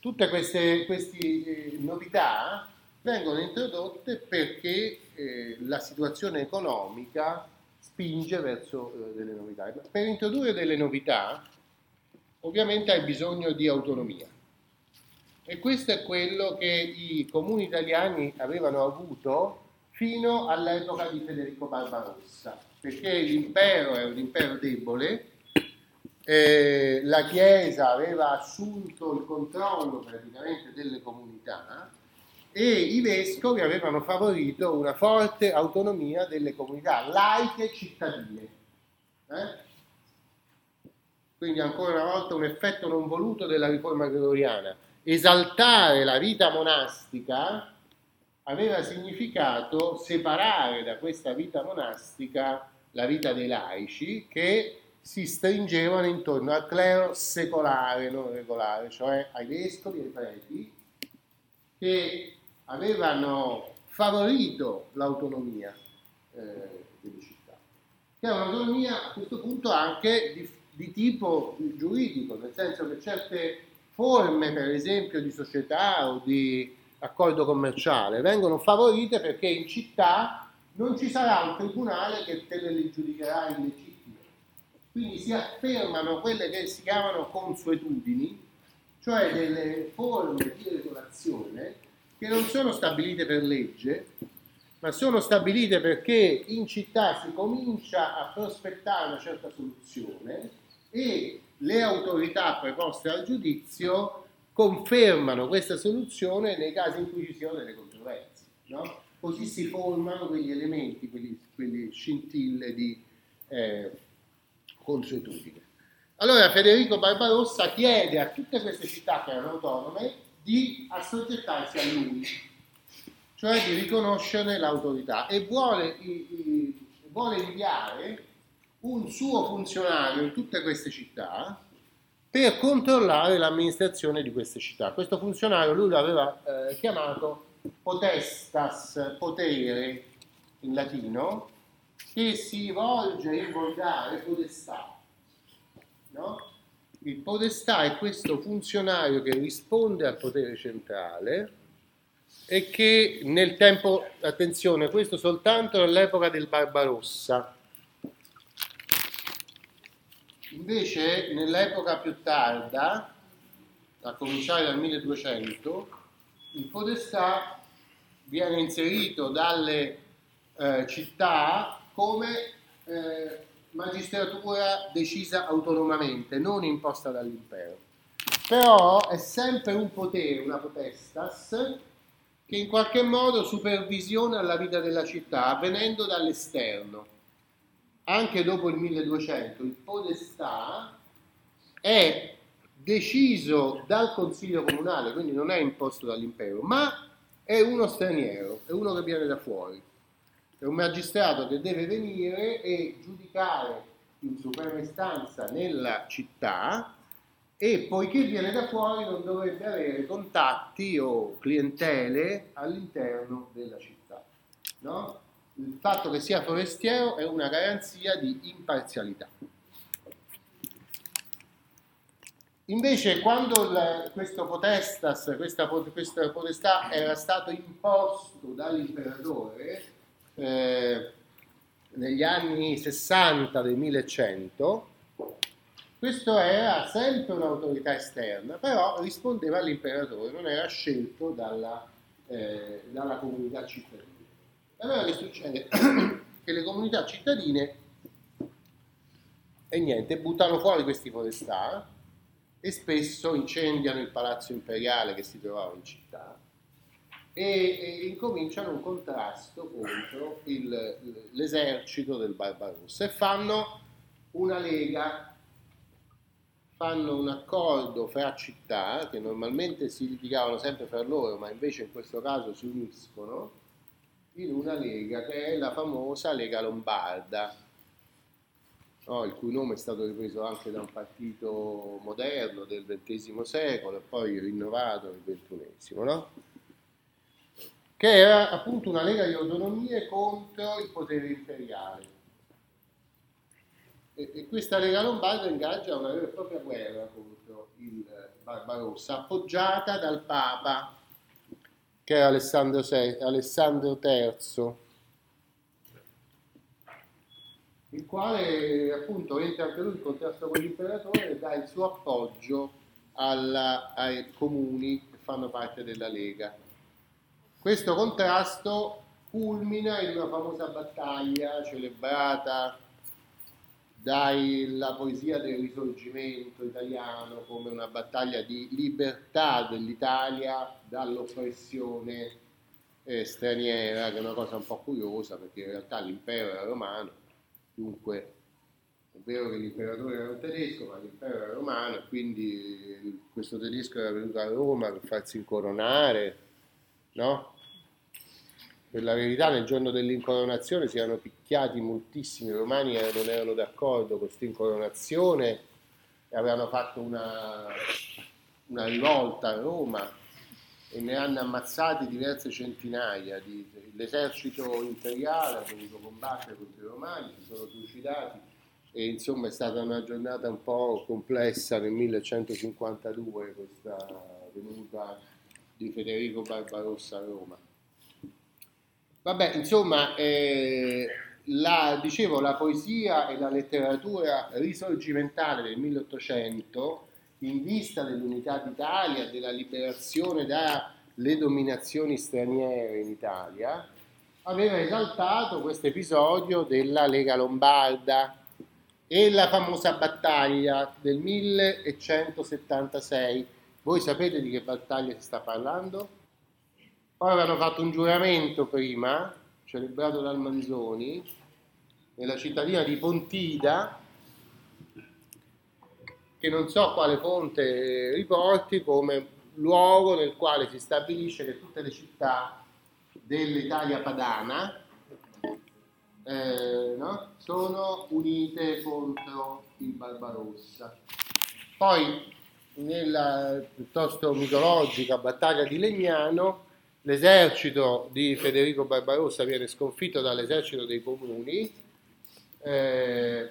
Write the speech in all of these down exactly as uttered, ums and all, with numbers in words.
tutte queste, queste eh, novità vengono introdotte perché eh, la situazione economica spinge verso eh, delle novità. Per introdurre delle novità, ovviamente hai bisogno di autonomia. E questo è quello che i comuni italiani avevano avuto fino all'epoca di Federico Barbarossa, perché l'impero è un impero debole, eh, la Chiesa aveva assunto il controllo praticamente delle comunità e i vescovi avevano favorito una forte autonomia delle comunità laiche cittadine. Eh? Quindi ancora una volta un effetto non voluto della riforma gregoriana. Esaltare la vita monastica aveva significato separare da questa vita monastica la vita dei laici che si stringevano intorno al clero secolare, non regolare, cioè ai vescovi e ai preti, che avevano favorito l'autonomia eh, delle città, che è un'autonomia a questo punto anche di, di tipo giuridico, nel senso che certe forme, per esempio, di società o di accordo commerciale vengono favorite perché in città non ci sarà un tribunale che te le giudicherà illegittime. Quindi si affermano quelle che si chiamano consuetudini, cioè delle forme di regolazione che non sono stabilite per legge, ma sono stabilite perché in città si comincia a prospettare una certa soluzione e le autorità preposte al giudizio confermano questa soluzione nei casi in cui ci siano delle controversie, no? Così si formano quegli elementi, quegli, quelle scintille di eh, consuetudine. Allora Federico Barbarossa chiede a tutte queste città che erano autonome di assoggettarsi a lui, cioè di riconoscerne l'autorità, e vuole, i, i, vuole inviare un suo funzionario in tutte queste città per controllare l'amministrazione di queste città. Questo funzionario lui l'aveva eh, chiamato potestas, potere in latino, che si volge in volgare podestà, no? Il podestà è questo funzionario che risponde al potere centrale e che nel tempo, attenzione, questo soltanto nell'epoca del Barbarossa. Invece nell'epoca più tarda, a cominciare dal milleduecento, il podestà viene inserito dalle eh, città come eh, magistratura decisa autonomamente, non imposta dall'impero. Però è sempre un potere, una potestas, che in qualche modo supervisiona la vita della città, avvenendo dall'esterno. Anche dopo il milleduecento il podestà è deciso dal consiglio comunale, quindi non è imposto dall'impero, ma è uno straniero, è uno che viene da fuori, è un magistrato che deve venire e giudicare in suprema istanza nella città, e poiché viene da fuori non dovrebbe avere contatti o clientele all'interno della città, no? Il fatto che sia forestiero è una garanzia di imparzialità. Invece quando il, questo potestas, questa, questa potestà era stato imposto dall'imperatore eh, negli anni sessanta del millecento, questo era sempre un'autorità esterna, però rispondeva all'imperatore, non era scelto dalla, eh, dalla comunità cittadina. Allora che succede? Che le comunità cittadine e niente, buttano fuori questi podestà e spesso incendiano il palazzo imperiale che si trovava in città e, e incominciano un contrasto contro il, l'esercito del Barbarossa e fanno una lega, fanno un accordo fra città che normalmente si litigavano sempre fra loro, ma invece in questo caso si uniscono in una lega che è la famosa Lega Lombarda, no, il cui nome è stato ripreso anche da un partito moderno del ventesimo secolo e poi rinnovato nel ventunesimo, no? Che era appunto una lega di autonomie contro il potere imperiale. E, e questa Lega Lombarda ingaggia una vera e propria guerra contro il Barbarossa, appoggiata dal Papa, che era Alessandro, sei, Alessandro terzo, il quale appunto entra anche lui in contrasto con l'imperatore e dà il suo appoggio alla, ai comuni che fanno parte della Lega. Questo contrasto culmina in una famosa battaglia celebrata dalla poesia del Risorgimento italiano come una battaglia di libertà dell'Italia dall'oppressione eh, straniera, che è una cosa un po' curiosa perché in realtà l'impero era romano, dunque è vero che l'imperatore era un tedesco, ma l'impero era romano e quindi questo tedesco era venuto a Roma per farsi incoronare, no? Per la verità nel giorno dell'incoronazione si erano picchiati moltissimi, i romani non erano d'accordo con questa incoronazione e avevano fatto una, una rivolta a Roma e ne hanno ammazzati diverse centinaia. Di, l'esercito imperiale ha dovuto combattere contro i romani, si sono suicidati e insomma è stata una giornata un po' complessa nel millecentocinquantadue questa venuta di Federico Barbarossa a Roma. Vabbè, insomma, eh, la, dicevo, la poesia e la letteratura risorgimentale del milleottocento, in vista dell'unità d'Italia, della liberazione dalle dominazioni straniere in Italia, aveva esaltato questo episodio della Lega Lombarda e la famosa battaglia del millecentosettantasei. Voi sapete di che battaglia si sta parlando? Poi avevano fatto un giuramento prima, celebrato dal Manzoni, nella cittadina di Pontida, che non so quale fonte riporti, come luogo nel quale si stabilisce che tutte le città dell'Italia padana eh, no? sono unite contro il Barbarossa. Poi, nella piuttosto mitologica battaglia di Legnano, l'esercito di Federico Barbarossa viene sconfitto dall'esercito dei comuni, eh,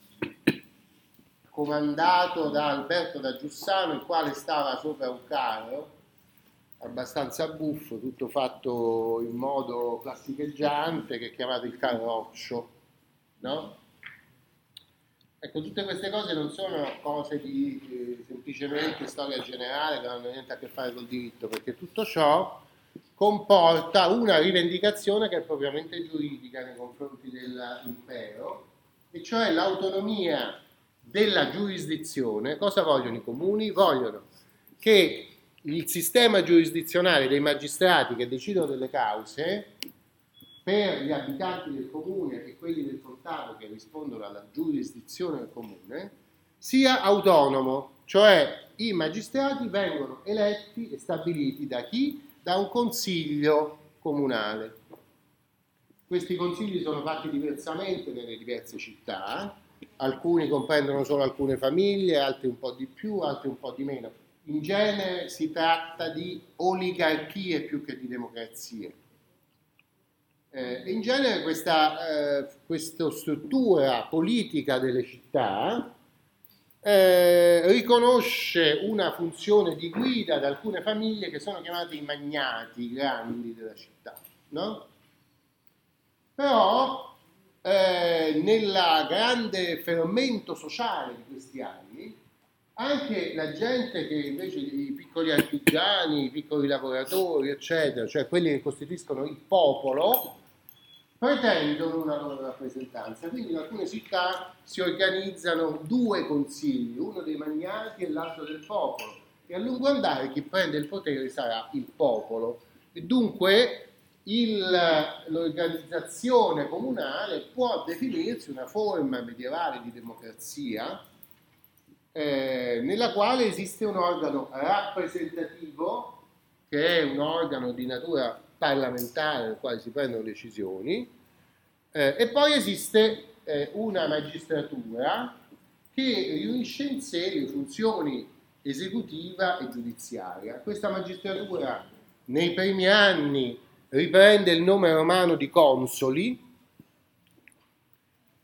comandato da Alberto da Giussano, il quale stava sopra un carro abbastanza buffo, tutto fatto in modo classicheggiante, che è chiamato il carroccio, no? Ecco, tutte queste cose non sono cose di eh, semplicemente storia generale che non hanno niente a che fare col diritto, perché tutto ciò comporta una rivendicazione che è propriamente giuridica nei confronti dell'impero, e cioè l'autonomia della giurisdizione. Cosa vogliono i comuni? Vogliono che il sistema giurisdizionale dei magistrati che decidono delle cause per gli abitanti del comune e quelli del contado che rispondono alla giurisdizione del comune sia autonomo, cioè i magistrati vengono eletti e stabiliti da chi? Da un consiglio comunale. Questi consigli sono fatti diversamente nelle diverse città, alcuni comprendono solo alcune famiglie, altri un po' di più, altri un po' di meno. In genere si tratta di oligarchie più che di democrazie. Eh, in genere questa, eh, questa struttura politica delle città eh, riconosce una funzione di guida ad alcune famiglie che sono chiamate i magnati, i grandi della città, no? Però eh, nel grande fermento sociale di questi anni anche la gente che invece i piccoli artigiani, i piccoli lavoratori, eccetera, cioè quelli che costituiscono il popolo, pretendono una loro rappresentanza. Quindi in alcune città si organizzano due consigli, uno dei magnati e l'altro del popolo, e a lungo andare chi prende il potere sarà il popolo. E dunque il, l'organizzazione comunale può definirsi una forma medievale di democrazia eh, nella quale esiste un organo rappresentativo, che è un organo di natura parlamentare nel quale si prendono decisioni, eh, e poi esiste eh, una magistratura che riunisce in sé le funzioni esecutiva e giudiziaria. Questa magistratura nei primi anni riprende il nome romano di consoli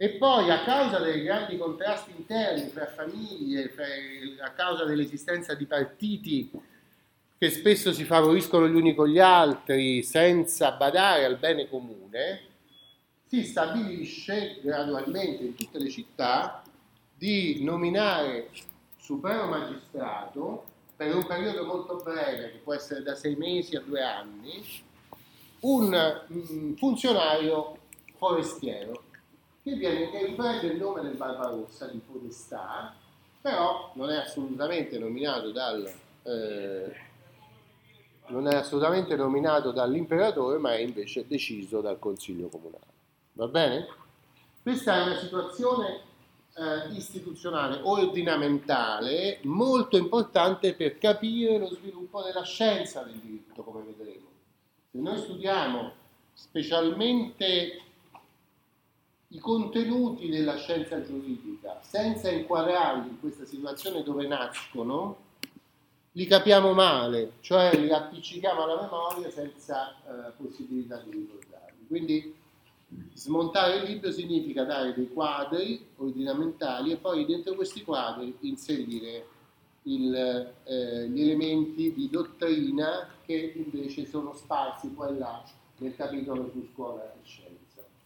E poi a causa dei grandi contrasti interni fra famiglie, fra, a causa dell'esistenza di partiti che spesso si favoriscono gli uni con gli altri senza badare al bene comune, si stabilisce gradualmente in tutte le città di nominare supremo magistrato per un periodo molto breve, che può essere da sei mesi a due anni, un mm, funzionario forestiero che, viene, che riprende il nome del Barbarossa di Podestà, però non è assolutamente nominato dal eh, non è assolutamente nominato dall'imperatore, ma è invece deciso dal Consiglio Comunale. Va bene? Questa è una situazione eh, istituzionale, ordinamentale, molto importante per capire lo sviluppo della scienza del diritto, come vedremo. Se noi studiamo specialmente i contenuti della scienza giuridica senza inquadrarli in questa situazione dove nascono, li capiamo male, cioè li appiccichiamo alla memoria senza eh, possibilità di ricordarli. Quindi smontare il libro significa dare dei quadri ordinamentali e poi dentro questi quadri inserire il, eh, gli elementi di dottrina che invece sono sparsi qua e là nel capitolo su scuola e scienza.